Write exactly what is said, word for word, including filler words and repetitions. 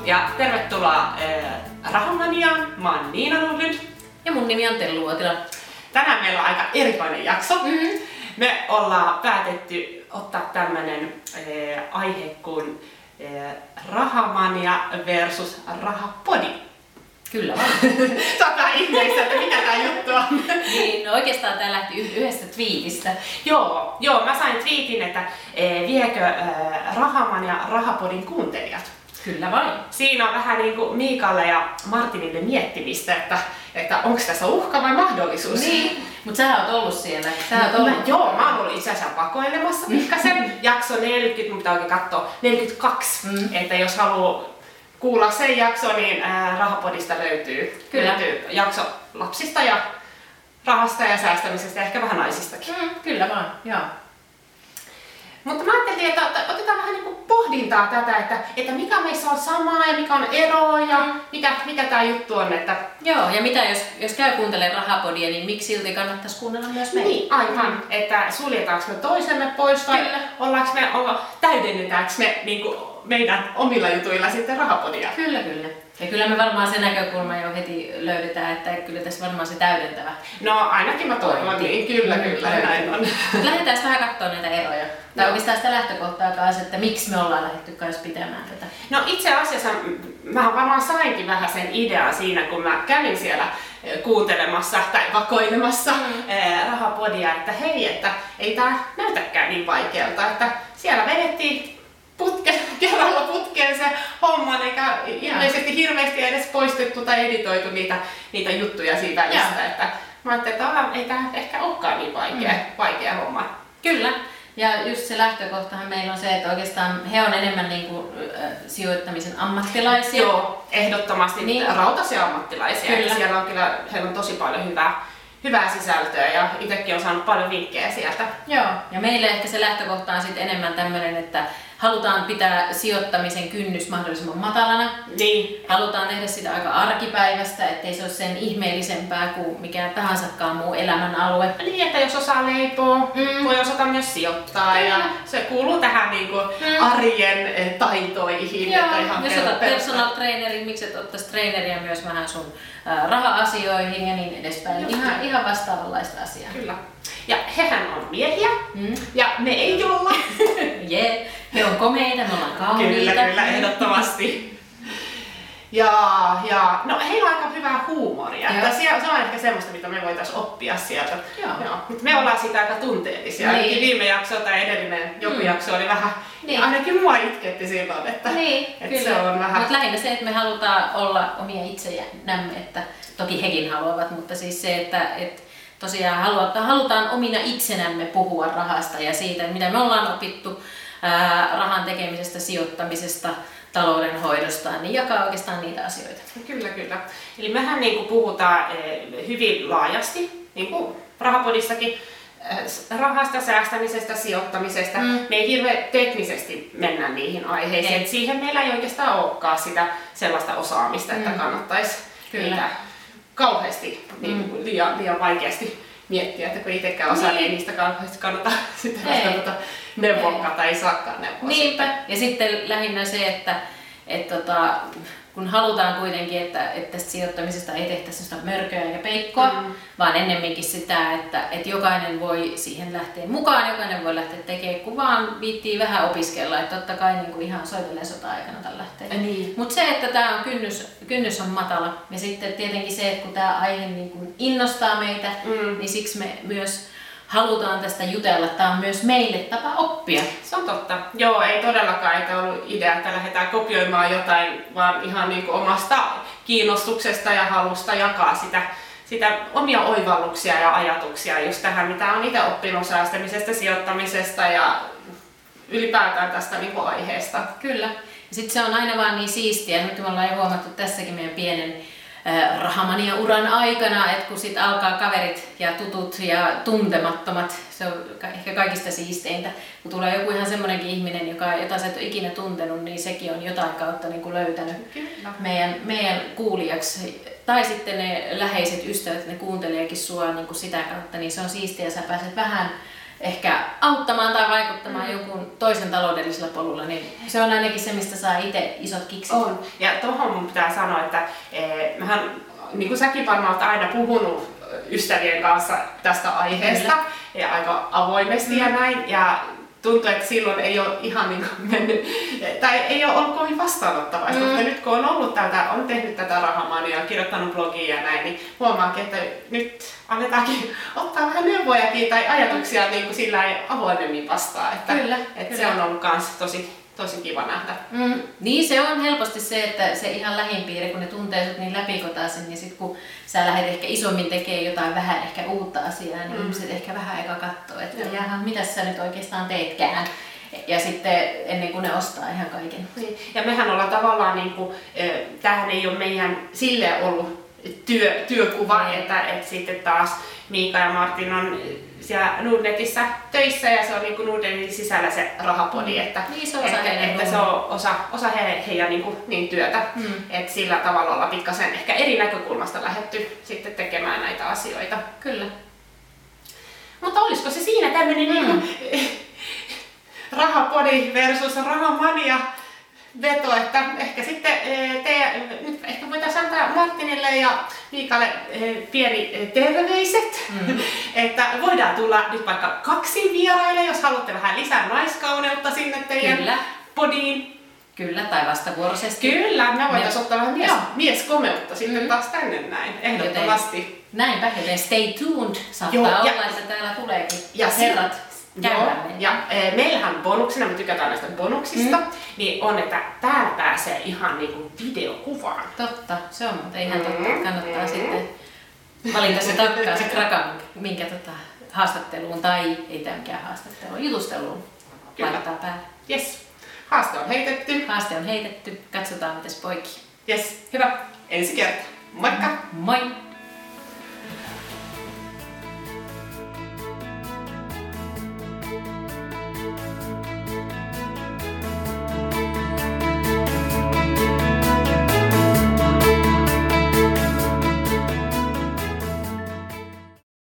ja tervetuloa äh, Rahamaniaan. Mä oon Niina Nurlund. Ja mun nimi on Tellu Uotila. Tänään meillä on aika erikoinen jakso. Mm-hmm. Me ollaan päätetty ottaa tämmönen äh, aihe kuin äh, Rahamania versus Rahapodi. Kyllä vaan. Sä oot vähän ihmeessä, että mikä tää juttu on. Niin, no oikeastaan tää lähti yhdestä twiitistä. Joo, joo, mä sain twiitin, että eh, viekö eh, Rahamania Rahapodin kuuntelijat. Kyllä vain. Siinä on vähän niin kuin Miikalle ja Martinille miettimistä, että, että onko tässä uhka vai mahdollisuus. Niin, mutta sä oot ollut siellä. Sä oot ollut. Mä, joo, mä oon ollut itse asiassa pakoilemassa pikkasen. Jakso neljäkymmentä, mun pitää oikein katsoa, neljäkymmentäkaksi. Mm. Että jos haluaa kuulla sen jakso, niin ää, Rahapodista löytyy, löytyy jakso lapsista ja rahasta ja säästämisestä ja ehkä vähän naisistakin. Mm, kyllä vaan, joo. Mutta mä ajattelin, että otetaan vähän niin kuin pohdintaa tätä, että, että mikä meissä on samaa ja mikä on ero ja mm. mikä, mikä tää juttu on. Että... Joo, ja mitä jos, jos käy kuuntelemaan Rahapodia, niin miksi silti kannattaisi kuunnella myös meitä? Niin, aivan. Mm. Että suljetaanko me toisemme pois vai ollaanko me, olla, täydennetäänkö me niin kuin meidän omilla jutuilla sitten Rahapodia? Kyllä, kyllä. Ja kyllä me varmaan se näkökulma jo heti löydetään, että kyllä tässä varmaan se täydentävä. No ainakin mä toivon, niin kyllä, mm, kyllä, kyllä, näin on. Lähdetään vähän katsoa näitä eroja. Tai no. Oikeastaan sitä lähtökohtaa kanssa, että miksi me ollaan lähdetty kanssa pitämään tätä. No itse asiassa mä varmaan sainkin vähän sen idean siinä, kun mä kävin siellä kuuntelemassa tai vakoilemassa mm. Rahapodia, että hei, että ei tää näytäkään niin vaikealta, että siellä vedettiin putke, kerralla putkeen se homman, eikä ilmeisesti hirveästi edes poistettu tai editoitu niitä, niitä juttuja siitä välistä, että mä ajattelin, että ei tää ehkä olekaan niin vaikea, mm. vaikea homma. Kyllä. Ja just se lähtökohtahan meillä on se, että oikeastaan he on enemmän niin kuin, äh, sijoittamisen ammattilaisia. Joo, ehdottomasti niin. Rautaisia ammattilaisia. Kyllä. Siellä on kyllä, heillä on tosi paljon hyvää, hyvää sisältöä ja itsekin on saanut paljon vinkkejä sieltä. Joo, ja meille ehkä se lähtökohta on sitten enemmän tämmöinen, että halutaan pitää sijoittamisen kynnys mahdollisimman matalana. Niin. Halutaan tehdä sitä aika arkipäivästä, ettei se ole sen ihmeellisempää kuin mikä tahansakaan muu elämän alue. Niin, että jos osaa leipoa, mm. voi osata myös sijoittaa mm. ja se kuuluu tähän niin kuin mm. arjen taitoihin. Joo, että ihan jos otat personal trainerin, miksi et ottaisi traineria myös vähän sun äh, raha-asioihin ja niin edespäin. Ihan, ihan vastaavanlaista asiaa. Kyllä. Ja hehän on miehiä mm. ja me ei olla. Jee, yeah. He on komeita, me ollaan kauniita. Kyllä, kyllä, ehdottomasti. Ja, ja no heillä on aika hyvää huumoria. Että se on ehkä semmoista, mitä me voitaisiin oppia sieltä. Joo. Joo. Me ollaan sitä aika tunteellisia. Niin. Ainakin viime jakso tai edellinen joku mm. jakso oli vähän, niin. Ainakin mua itketti silloin, että, niin, että se on vähän... Mutta lähinnä se, että me halutaan olla omia itsejämme, että toki hekin haluavat, mutta siis se, että, että tosiaan halutaan, halutaan omina itsenämme puhua rahasta ja siitä, mitä me ollaan opittu ää, rahan tekemisestä, sijoittamisesta, taloudenhoidosta, niin jakaa oikeastaan niitä asioita. Kyllä, kyllä. Eli mehän niin kuin puhutaan eh, hyvin laajasti, niin kuin Rahapodissakin, eh, rahasta, säästämisestä, sijoittamisesta. Mm. Me ei hirveän teknisesti mennä niihin aiheisiin. Et siihen meillä ei oikeastaan olekaan sitä sellaista osaamista, että mm. kannattaisi niitä kauheasti niin, mm. liian, liian vaikeasti miettiä, että kun itsekään osaa, niin, niin niistä kauheasti kannata sitten vasta neuvoa tai ei saakaan neuvoa. Niinpä. Sitten. Ja sitten lähinnä se, että et tota, kun halutaan kuitenkin, että, että tästä sijoittamisesta ei tehtäisi sitä mörköä eikä peikkoa, mm. vaan ennemminkin sitä, että, että jokainen voi siihen lähteä mukaan, jokainen voi lähteä tekemään, kun vaan viittii vähän opiskella, että totta kai niin kuin ihan soitellen sota-aikana tällä lähtee. Niin. Mutta se, että tämä on kynnys, kynnys on matala ja sitten tietenkin se, että kun tämä aihe niin kuin innostaa meitä, mm. niin siksi me myös halutaan tästä jutella. Tämä on myös meille tapa oppia. Se on totta. Joo, ei todellakaan ei ollut idea, että lähdetään kopioimaan jotain, vaan ihan niin kuin omasta kiinnostuksesta ja halusta jakaa sitä, sitä omia oivalluksia ja ajatuksia just tähän, mitä on itse oppinut säästämisestä, sijoittamisesta ja ylipäätään tästä niin kuin aiheesta. Kyllä. Ja sitten se on aina vaan niin siistiä. Nyt me ollaan jo huomattu tässäkin meidän pienen Rahamania-uran aikana, että kun sit alkaa kaverit ja tutut ja tuntemattomat, se on ehkä kaikista siisteintä. Kun tulee joku ihan semmoinenkin ihminen, joka, jota sä et ole ikinä tuntenut, niin sekin on jotain kautta niin kuin löytänyt meidän, meidän kuulijaksi. Tai sitten ne läheiset ystävät, ne kuunteleekin sua niin kuin sitä kautta, niin se on siistiä ja sä pääset vähän ehkä auttamaan tai vaikuttamaan mm. jonkun toisen taloudellisella polulla, niin se on ainakin se, mistä saa itse isot kiksit. On. Ja tuohon mun pitää sanoa, että eh, mähän, niin kuin säkin varmaan olet aina puhunut ystävien kanssa tästä aiheesta Kyllä. ja aika avoimesti mm. ja näin. Ja tuntuu, että silloin ei ole ihan niin kuin mennyt, tai ei ole ollut kovin vastaanottavaista, mm. mutta nyt kun on ollut tätä, on tehnyt tätä rahamania, kirjoittanut blogia ja näin, niin huomaakin, että nyt annetaankin ottaa vähän neuvojakin tai ajatuksia niin kuin sillä ei avoimemmin vastaan. Että, kyllä, että kyllä. se on ollut kans tosi, tosi kiva nähdä. Mm. Niin se on helposti se, että se ihan lähipiiri, kun ne tuntee sut niin läpikotaisin, niin sit kun sä lähdet ehkä isommin tekemään jotain vähän ehkä uutta asiaa, niin mm. ihmiset ehkä vähän eka katsoo, että mm. jaha, mitä sä nyt oikeastaan teetkään. Ja sitten ennen kuin ne ostaa ihan kaiken. Niin. Ja mehän ollaan tavallaan, niin kuin, tämähän ei ole meidän silleen ollut työ, työkuva, mm. että, että sitten taas Miika ja Martin on siellä Nordnetissä töissä ja se on niin Nordnetin sisällä se rahapodi, että, niin se, osa että, että se on osa, osa he, heidän niin kuin, niin työtä. Mm. Että sillä tavalla ollaan pikkasen ehkä eri näkökulmasta lähdetty sitten tekemään näitä asioita. Kyllä. Mutta olisiko se siinä tämmöinen mm. niin kuin, rahapodi versus rahamania veto, että ehkä sitten te, nyt ehkä voitaisiin antaa Martinille ja Miikalle pieni terveiset, mm. että voidaan tulla nyt vaikka kaksi vieraille, jos haluatte vähän lisää naiskauneutta sinne teidän Kyllä. podiin. Kyllä, tai vastavuoroisesti. Kyllä, me voitaisiin ottaa vähän mies, mieskomeutta sitten mm. taas tänne näin, ehdottomasti. Joten, näinpä, joten stay tuned, saattaa Joo, olla, ja, että täällä tuleekin ja herrat. Joo, ja e, meillähän bonuksena, me tykätään näistä bonuksista, mm. niin on, että täällä pääsee ihan niinku videokuvaan. Totta, se on muuten ihan totta, että kannattaa mm. sitten valita se takkaa se krakan, minkä tota, haastatteluun tai ei tämä mikään haastatteluun, jutusteluun Kyllä. laittaa päälle. Yes, haaste on heitetty. Haaste on heitetty, katsotaan mites poikii. Yes, hyvä, ensi kerta. Moikka! Moi!